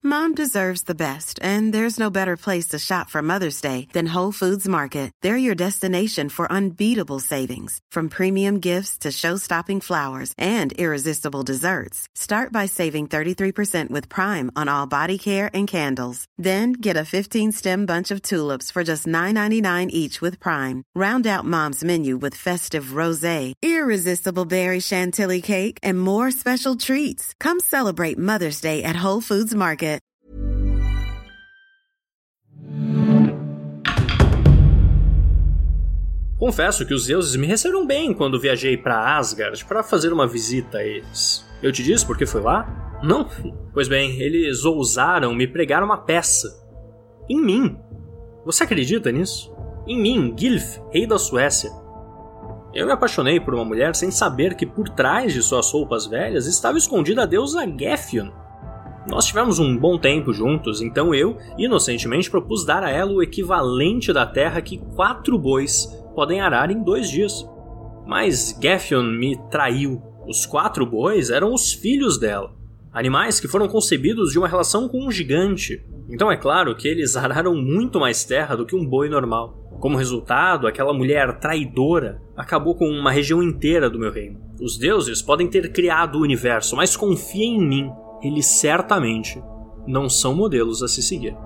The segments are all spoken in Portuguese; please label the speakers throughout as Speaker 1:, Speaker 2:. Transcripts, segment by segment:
Speaker 1: Mom deserves the best, and there's no better place to shop for Mother's Day than Whole Foods Market. They're your destination for unbeatable savings, from premium gifts to show-stopping flowers and irresistible desserts. Start by saving 33% with Prime on all body care and candles. Then get a 15-stem bunch of tulips for just $9.99 each with Prime. Round out Mom's menu with festive rosé, irresistible berry chantilly cake, and more special treats. Come celebrate Mother's Day at Whole Foods Market.
Speaker 2: Confesso que os deuses me receberam bem quando viajei para Asgard para fazer uma visita a eles. Eu te disse por que fui lá? Não? Pois bem, eles ousaram me pregar uma peça. Em mim. Você acredita nisso? Em mim, Gylf, rei da Suécia. Eu me apaixonei por uma mulher sem saber que por trás de suas roupas velhas estava escondida a deusa Gefjon. Nós tivemos um bom tempo juntos, então eu, inocentemente, propus dar a ela o equivalente da terra que 4 bois podem arar em 2 dias. Mas Gefjon me traiu. Os 4 bois eram os filhos dela. Animais que foram concebidos de uma relação com um gigante. Então é claro que eles araram muito mais terra do que um boi normal. Como resultado, aquela mulher traidora acabou com uma região inteira do meu reino. Os deuses podem ter criado o universo, mas confiem em mim. Eles certamente não são modelos a se seguir.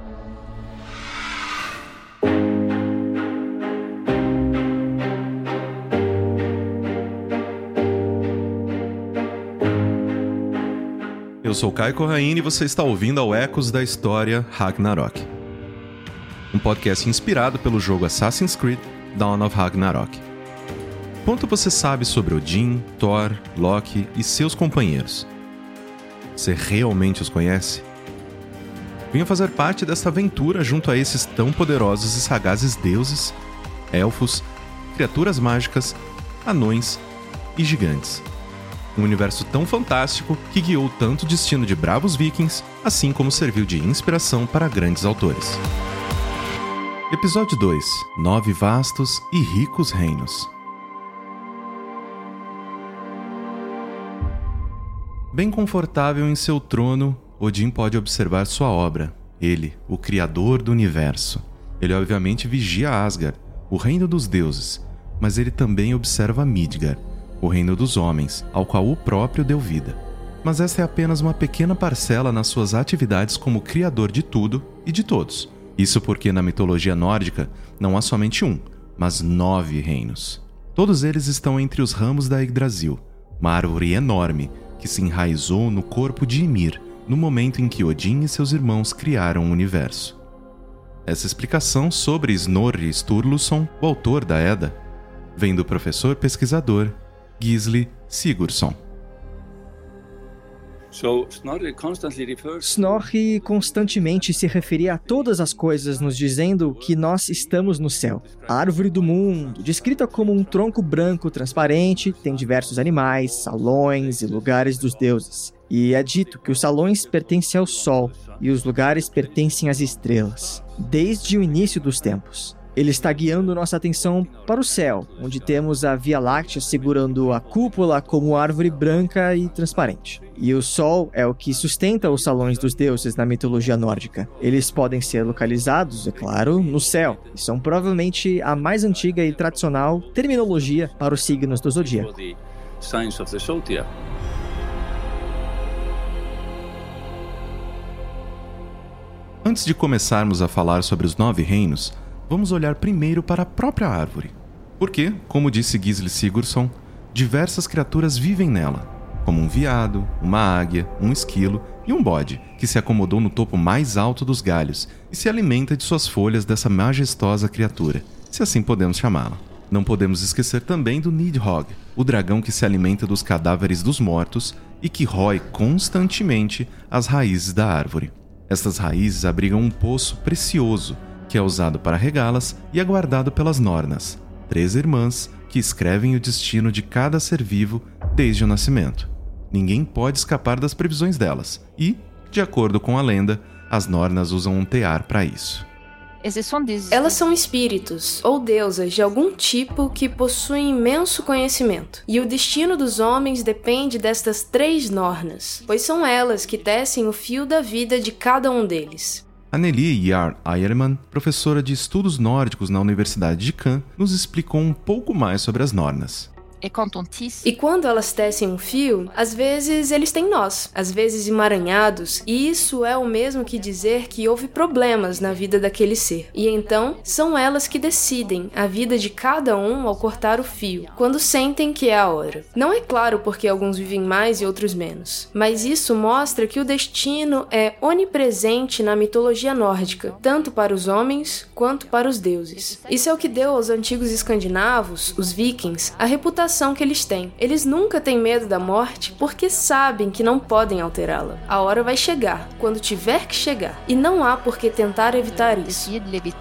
Speaker 3: Eu sou Caio Corraine e você está ouvindo ao Ecos da História Ragnarok. Um podcast inspirado pelo jogo Assassin's Creed Dawn of Ragnarok. Quanto você sabe sobre Odin, Thor, Loki e seus companheiros? Você realmente os conhece? Venha fazer parte desta aventura junto a esses tão poderosos e sagazes deuses, elfos, criaturas mágicas, anões e gigantes. Um universo tão fantástico que guiou tanto o destino de bravos vikings, assim como serviu de inspiração para grandes autores. Episódio 2: 9 vastos e ricos reinos. Bem confortável em seu trono, Odin pode observar sua obra. Ele, o criador do universo. Ele obviamente vigia Asgard, o reino dos deuses, mas ele também observa Midgard, o reino dos homens, ao qual o próprio deu vida. Mas esta é apenas uma pequena parcela nas suas atividades como criador de tudo e de todos. Isso porque na mitologia nórdica não há somente um, mas 9 reinos. Todos eles estão entre os ramos da Yggdrasil, uma árvore enorme que se enraizou no corpo de Ymir no momento em que Odin e seus irmãos criaram o universo. Essa explicação sobre Snorri Sturluson, o autor da Edda, vem do professor pesquisador Gisli Sigurdsson.
Speaker 4: Snorri constantemente se referia a todas as coisas nos dizendo que nós estamos no céu. A árvore do mundo, descrita como um tronco branco transparente, tem diversos animais, salões e lugares dos deuses. E é dito que os salões pertencem ao sol e os lugares pertencem às estrelas, desde o início dos tempos. Ele está guiando nossa atenção para o céu, onde temos a Via Láctea segurando a cúpula como árvore branca e transparente. E o Sol é o que sustenta os salões dos deuses na mitologia nórdica. Eles podem ser localizados, é claro, no céu, e são provavelmente a mais antiga e tradicional terminologia para os signos do zodíaco.
Speaker 3: Antes de começarmos a falar sobre os 9 reinos, vamos olhar primeiro para a própria árvore. Porque, como disse Gisli Sigurdsson, diversas criaturas vivem nela, como um veado, uma águia, um esquilo e um bode, que se acomodou no topo mais alto dos galhos e se alimenta de suas folhas dessa majestosa criatura, se assim podemos chamá-la. Não podemos esquecer também do Nidhogg, o dragão que se alimenta dos cadáveres dos mortos e que rói constantemente as raízes da árvore. Estas raízes abrigam um poço precioso, que é usado para regá-las e é guardado pelas Nornas, 3 irmãs que escrevem o destino de cada ser vivo desde o nascimento. Ninguém pode escapar das previsões delas e, de acordo com a lenda, as Nornas usam um tear para isso.
Speaker 5: Elas são espíritos ou deusas de algum tipo que possuem imenso conhecimento. E o destino dos homens depende destas 3 Nornas, pois são elas que tecem o fio da vida de cada um deles.
Speaker 3: Anneli Jarl Eiermann, professora de estudos nórdicos na Universidade de Caen, nos explicou um pouco mais sobre as Nornas.
Speaker 5: E quando elas tecem um fio, às vezes eles têm nós, às vezes emaranhados, e isso é o mesmo que dizer que houve problemas na vida daquele ser. E então, são elas que decidem a vida de cada um ao cortar o fio, quando sentem que é a hora. Não é claro porque alguns vivem mais e outros menos, mas isso mostra que o destino é onipresente na mitologia nórdica, tanto para os homens quanto para os deuses. Isso é o que deu aos antigos escandinavos, os vikings, a reputação que eles têm. Eles nunca têm medo da morte porque sabem que não podem alterá-la. A hora vai chegar, quando tiver que chegar, e não há por que tentar evitar isso.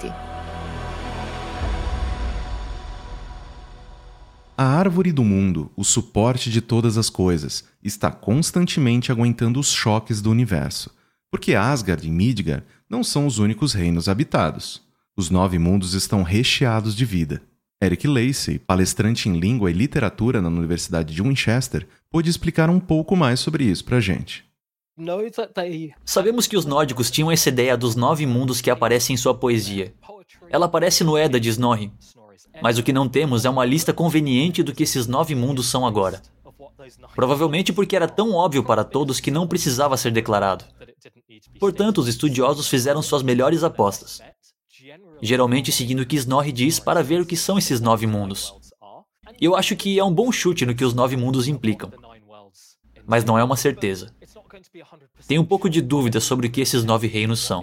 Speaker 3: A árvore do mundo, o suporte de todas as coisas, está constantemente aguentando os choques do universo, porque Asgard e Midgard não são os únicos reinos habitados. Os 9 mundos estão recheados de vida. Eric Lacey, palestrante em língua e literatura na Universidade de Winchester, pôde explicar um pouco mais sobre isso pra gente.
Speaker 6: Sabemos que os nórdicos tinham essa ideia dos 9 mundos que aparecem em sua poesia. Ela aparece no Edda de Snorri. Mas o que não temos é uma lista conveniente do que esses 9 mundos são agora. Provavelmente porque era tão óbvio para todos que não precisava ser declarado. Portanto, os estudiosos fizeram suas melhores apostas, geralmente seguindo o que Snorri diz para ver o que são esses 9 mundos. Eu acho que é um bom chute no que os 9 mundos implicam, mas não é uma certeza. Tenho um pouco de dúvida sobre o que esses 9 reinos são.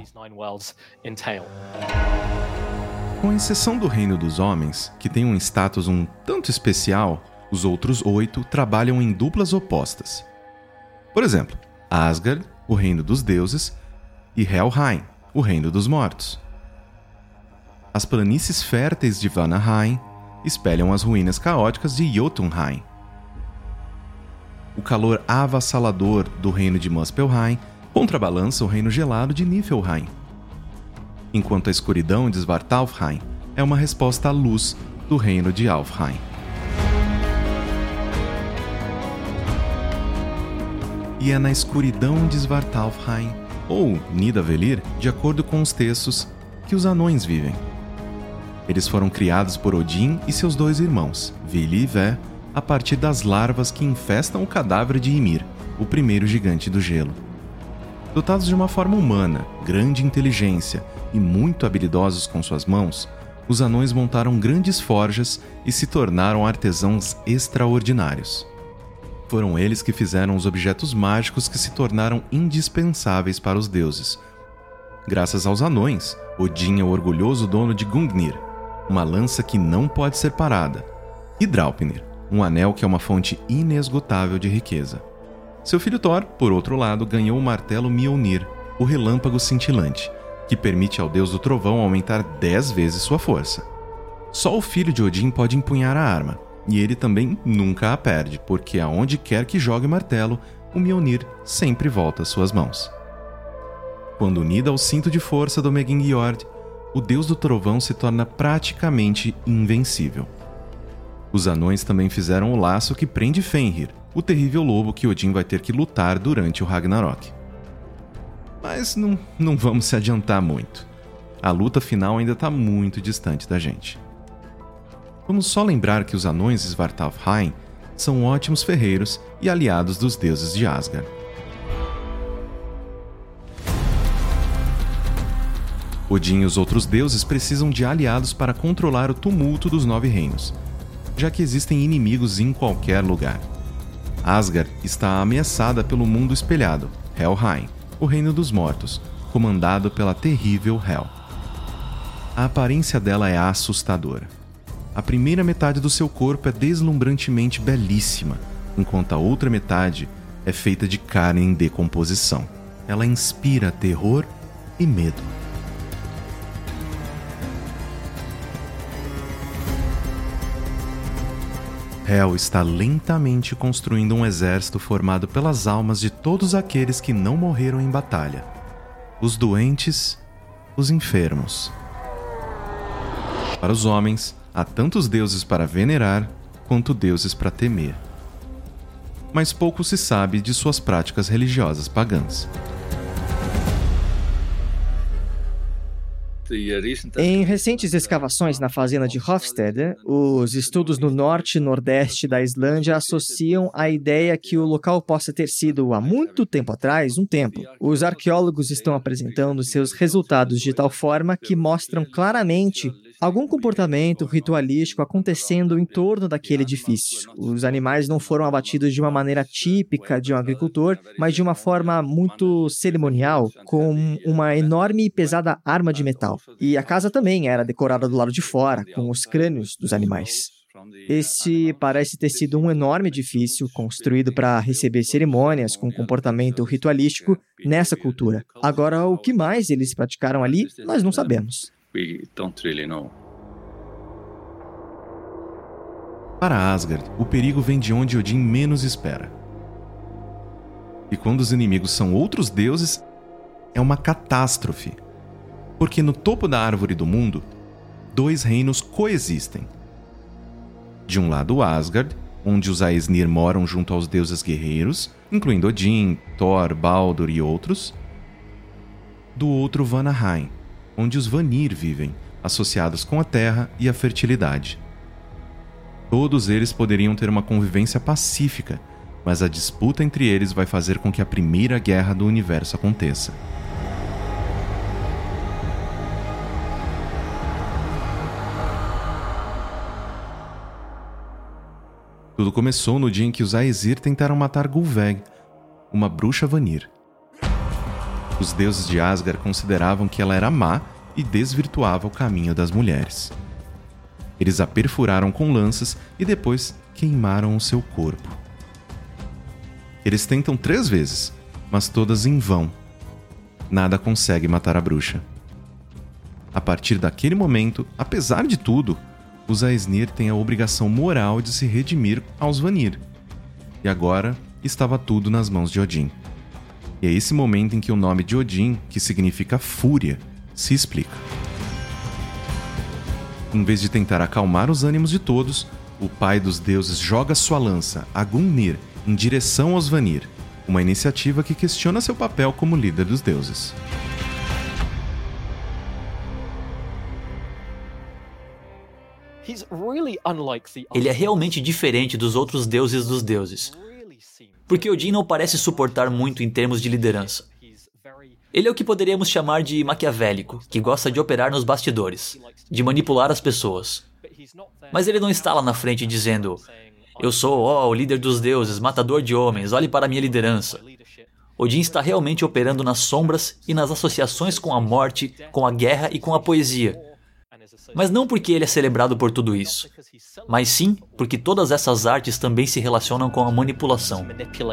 Speaker 3: Com exceção do reino dos homens, que tem um status um tanto especial, os outros 8 trabalham em duplas opostas. Por exemplo, Asgard, o reino dos deuses, e Helheim, o reino dos mortos. As planícies férteis de Vanaheim espelham as ruínas caóticas de Jotunheim. O calor avassalador do reino de Muspelheim contrabalança o reino gelado de Niflheim, enquanto a escuridão de Svartalfheim é uma resposta à luz do reino de Alfheim. E é na escuridão de Svartalfheim, ou Nidavellir, de acordo com os textos, que os anões vivem. Eles foram criados por Odin e seus 2 irmãos, Vili e Vé, a partir das larvas que infestam o cadáver de Ymir, o primeiro gigante do gelo. Dotados de uma forma humana, grande inteligência e muito habilidosos com suas mãos, os anões montaram grandes forjas e se tornaram artesãos extraordinários. Foram eles que fizeram os objetos mágicos que se tornaram indispensáveis para os deuses. Graças aos anões, Odin é o orgulhoso dono de Gungnir, uma lança que não pode ser parada, e Draupnir, um anel que é uma fonte inesgotável de riqueza. Seu filho Thor, por outro lado, ganhou o martelo Mjolnir, o relâmpago cintilante, que permite ao deus do trovão aumentar 10 vezes sua força. Só o filho de Odin pode empunhar a arma, e ele também nunca a perde, porque aonde quer que jogue o martelo, o Mjolnir sempre volta às suas mãos. Quando unida ao cinto de força do Megingjord, o deus do trovão se torna praticamente invencível. Os anões também fizeram o laço que prende Fenrir, o terrível lobo que Odin vai ter que lutar durante o Ragnarok. Mas não vamos se adiantar muito. A luta final ainda está muito distante da gente. Vamos só lembrar que os anões de Svartalfheim são ótimos ferreiros e aliados dos deuses de Asgard. Odin e os outros deuses precisam de aliados para controlar o tumulto dos 9 reinos, já que existem inimigos em qualquer lugar. Asgard está ameaçada pelo mundo espelhado, Helheim, o reino dos mortos, comandado pela terrível Hel. A aparência dela é assustadora. A primeira metade do seu corpo é deslumbrantemente belíssima, enquanto a outra metade é feita de carne em decomposição. Ela inspira terror e medo. Hel está lentamente construindo um exército formado pelas almas de todos aqueles que não morreram em batalha. Os doentes, os enfermos, Para os homens, há tantos deuses para venerar quanto deuses para temer. Mas pouco se sabe de suas práticas religiosas pagãs.
Speaker 4: Em recentes escavações na fazenda de Hofstede, os estudos no norte e nordeste da Islândia associam a ideia que o local possa ter sido, há muito tempo atrás, um templo. Os arqueólogos estão apresentando seus resultados de tal forma que mostram claramente algum comportamento ritualístico acontecendo em torno daquele edifício. Os animais não foram abatidos de uma maneira típica de um agricultor, mas de uma forma muito cerimonial, com uma enorme e pesada arma de metal. E a casa também era decorada do lado de fora, com os crânios dos animais. Este parece ter sido um enorme edifício construído para receber cerimônias com comportamento ritualístico nessa cultura. Agora, o que mais eles praticaram ali, nós não sabemos.
Speaker 3: Para Asgard, o perigo vem de onde Odin menos espera. E quando os inimigos são outros deuses, é uma catástrofe. Porque no topo da árvore do mundo, 2 reinos coexistem. De um lado, Asgard, onde os Aesir moram junto aos deuses guerreiros, incluindo Odin, Thor, Baldur e outros. Do outro, Vanaheim, onde os Vanir vivem, associados com a terra e a fertilidade. Todos eles poderiam ter uma convivência pacífica, mas a disputa entre eles vai fazer com que a primeira guerra do universo aconteça. Tudo começou no dia em que os Aesir tentaram matar Gulveig, uma bruxa Vanir. Os deuses de Asgard consideravam que ela era má e desvirtuava o caminho das mulheres. Eles a perfuraram com lanças e depois queimaram o seu corpo. Eles tentam 3 vezes, mas todas em vão. Nada consegue matar a bruxa. A partir daquele momento, apesar de tudo, os Aesir têm a obrigação moral de se redimir aos Vanir. E agora estava tudo nas mãos de Odin. E é esse momento em que o nome de Odin, que significa fúria, se explica. Em vez de tentar acalmar os ânimos de todos, o pai dos deuses joga sua lança, Agungnir, em direção aos Vanir, uma iniciativa que questiona seu papel como líder dos deuses.
Speaker 6: Ele é realmente diferente dos outros deuses dos deuses, porque Odin não parece suportar muito em termos de liderança. Ele é o que poderíamos chamar de maquiavélico, que gosta de operar nos bastidores, de manipular as pessoas. Mas ele não está lá na frente dizendo: "Eu sou, o líder dos deuses, matador de homens, olhe para a minha liderança." Odin está realmente operando nas sombras e nas associações com a morte, com a guerra e com a poesia. Mas não porque ele é celebrado por tudo isso, mas sim porque todas essas artes também se relacionam com a manipulação.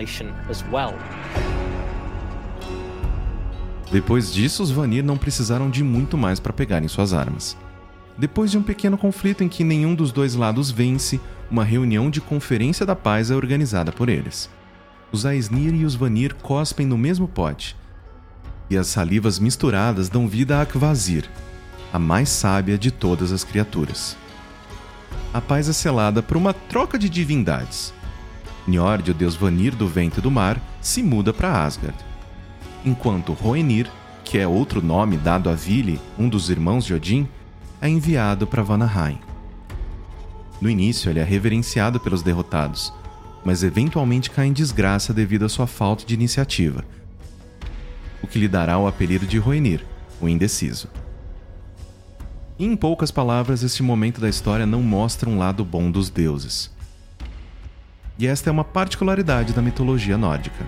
Speaker 3: Depois disso, os Vanir não precisaram de muito mais para pegarem suas armas. Depois de um pequeno conflito em que nenhum dos dois lados vence, uma reunião de Conferência da Paz é organizada por eles. Os Aesir e os Vanir cospem no mesmo pote, e as salivas misturadas dão vida a Kvasir, a mais sábia de todas as criaturas. A paz é selada por uma troca de divindades. Njord, o deus Vanir do vento e do mar, se muda para Asgard, enquanto Hoenir, que é outro nome dado a Vili, um dos irmãos de Odin, é enviado para Vanaheim. No início, ele é reverenciado pelos derrotados, mas eventualmente cai em desgraça devido à sua falta de iniciativa, o que lhe dará o apelido de Hoenir, o indeciso. E, em poucas palavras, este momento da história não mostra um lado bom dos deuses. E esta é uma particularidade da mitologia nórdica.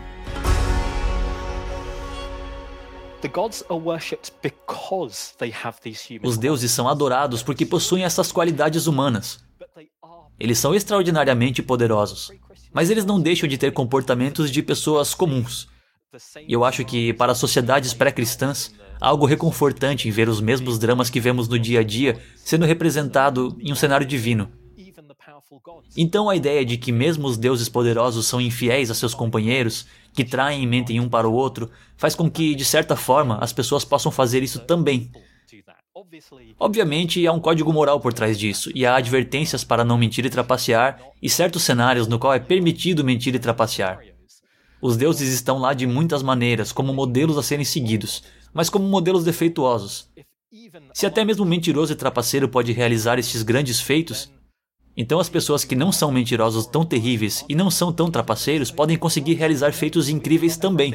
Speaker 6: Os deuses são adorados porque possuem essas qualidades humanas. Eles são extraordinariamente poderosos, mas eles não deixam de ter comportamentos de pessoas comuns. E eu acho que, para as sociedades pré-cristãs, há algo reconfortante em ver os mesmos dramas que vemos no dia a dia sendo representado em um cenário divino. Então a ideia de que mesmo os deuses poderosos são infiéis a seus companheiros, que traem e mentem um para o outro, faz com que, de certa forma, as pessoas possam fazer isso também. Obviamente, há um código moral por trás disso, e há advertências para não mentir e trapacear, e certos cenários no qual é permitido mentir e trapacear. Os deuses estão lá de muitas maneiras, como modelos a serem seguidos, mas como modelos defeituosos. Se até mesmo mentiroso e trapaceiro pode realizar estes grandes feitos, então as pessoas que não são mentirosos tão terríveis e não são tão trapaceiros podem conseguir realizar feitos incríveis também.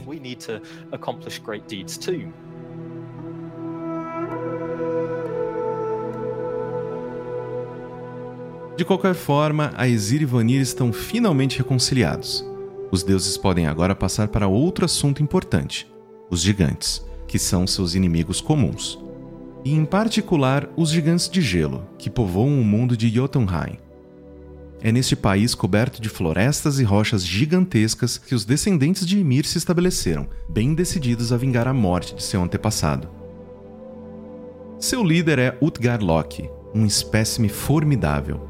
Speaker 3: De qualquer forma, Aesir e Vanir estão finalmente reconciliados. Os deuses podem agora passar para outro assunto importante: os gigantes, que são seus inimigos comuns. E em particular, os gigantes de gelo, que povoam o mundo de Jotunheim. É neste país coberto de florestas e rochas gigantescas que os descendentes de Ymir se estabeleceram, bem decididos a vingar a morte de seu antepassado. Seu líder é Utgard-Loki, um espécime formidável.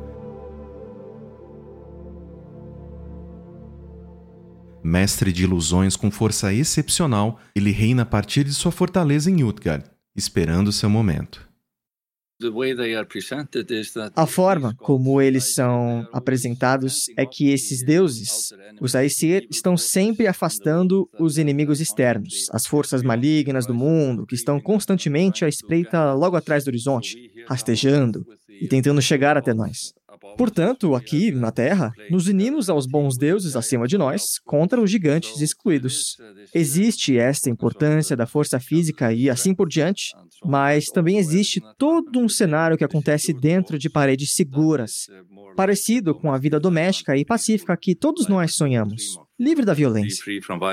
Speaker 3: Mestre de ilusões com força excepcional, ele reina a partir de sua fortaleza em Utgard, esperando seu momento.
Speaker 4: A forma como eles são apresentados é que esses deuses, os Aesir, estão sempre afastando os inimigos externos, as forças malignas do mundo, que estão constantemente à espreita logo atrás do horizonte, rastejando e tentando chegar até nós. Portanto, aqui, na Terra, nos unimos aos bons deuses acima de nós contra os gigantes excluídos. Existe esta importância da força física e assim por diante, mas também existe todo um cenário que acontece dentro de paredes seguras, parecido com a vida doméstica e pacífica que todos nós sonhamos, livre da violência.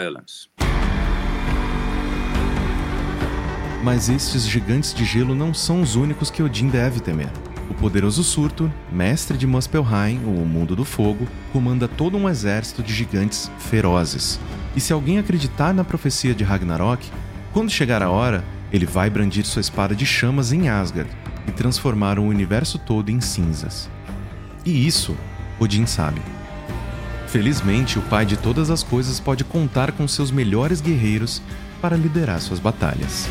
Speaker 3: Mas estes gigantes de gelo não são os únicos que Odin deve temer. O poderoso Surtur, mestre de Muspelheim, o Mundo do Fogo, comanda todo um exército de gigantes ferozes. E se alguém acreditar na profecia de Ragnarok, quando chegar a hora, ele vai brandir sua espada de chamas em Asgard e transformar o universo todo em cinzas. E isso, Odin sabe. Felizmente, o pai de todas as coisas pode contar com seus melhores guerreiros para liderar suas batalhas.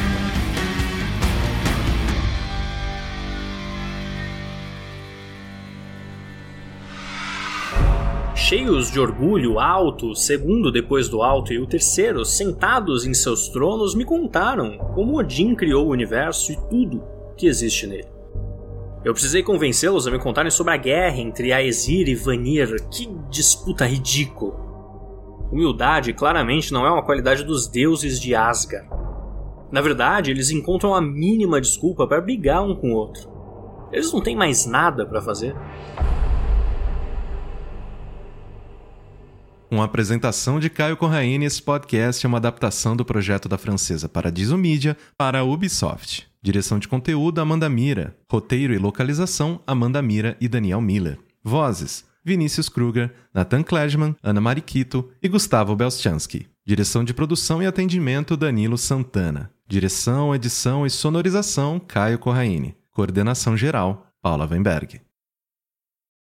Speaker 2: Cheios de orgulho, Alto, segundo depois do Alto e o terceiro, sentados em seus tronos, me contaram como Odin criou o universo e tudo que existe nele. Eu precisei convencê-los a me contarem sobre a guerra entre Aesir e Vanir. Que disputa ridícula! Humildade claramente não é uma qualidade dos deuses de Asgard. Na verdade, eles encontram a mínima desculpa para brigar um com o outro. Eles não têm mais nada para fazer.
Speaker 3: Com a apresentação de Caio Corraine, esse podcast é uma adaptação do projeto da francesa Paradiso Media para a Ubisoft. Direção de conteúdo, Amanda Mira. Roteiro e localização, Amanda Mira e Daniel Miller. Vozes, Vinícius Kruger, Nathan Kledman, Ana Mariquito e Gustavo Belschanski. Direção de produção e atendimento, Danilo Santana. Direção, edição e sonorização, Caio Corraine. Coordenação geral, Paula Weinberg.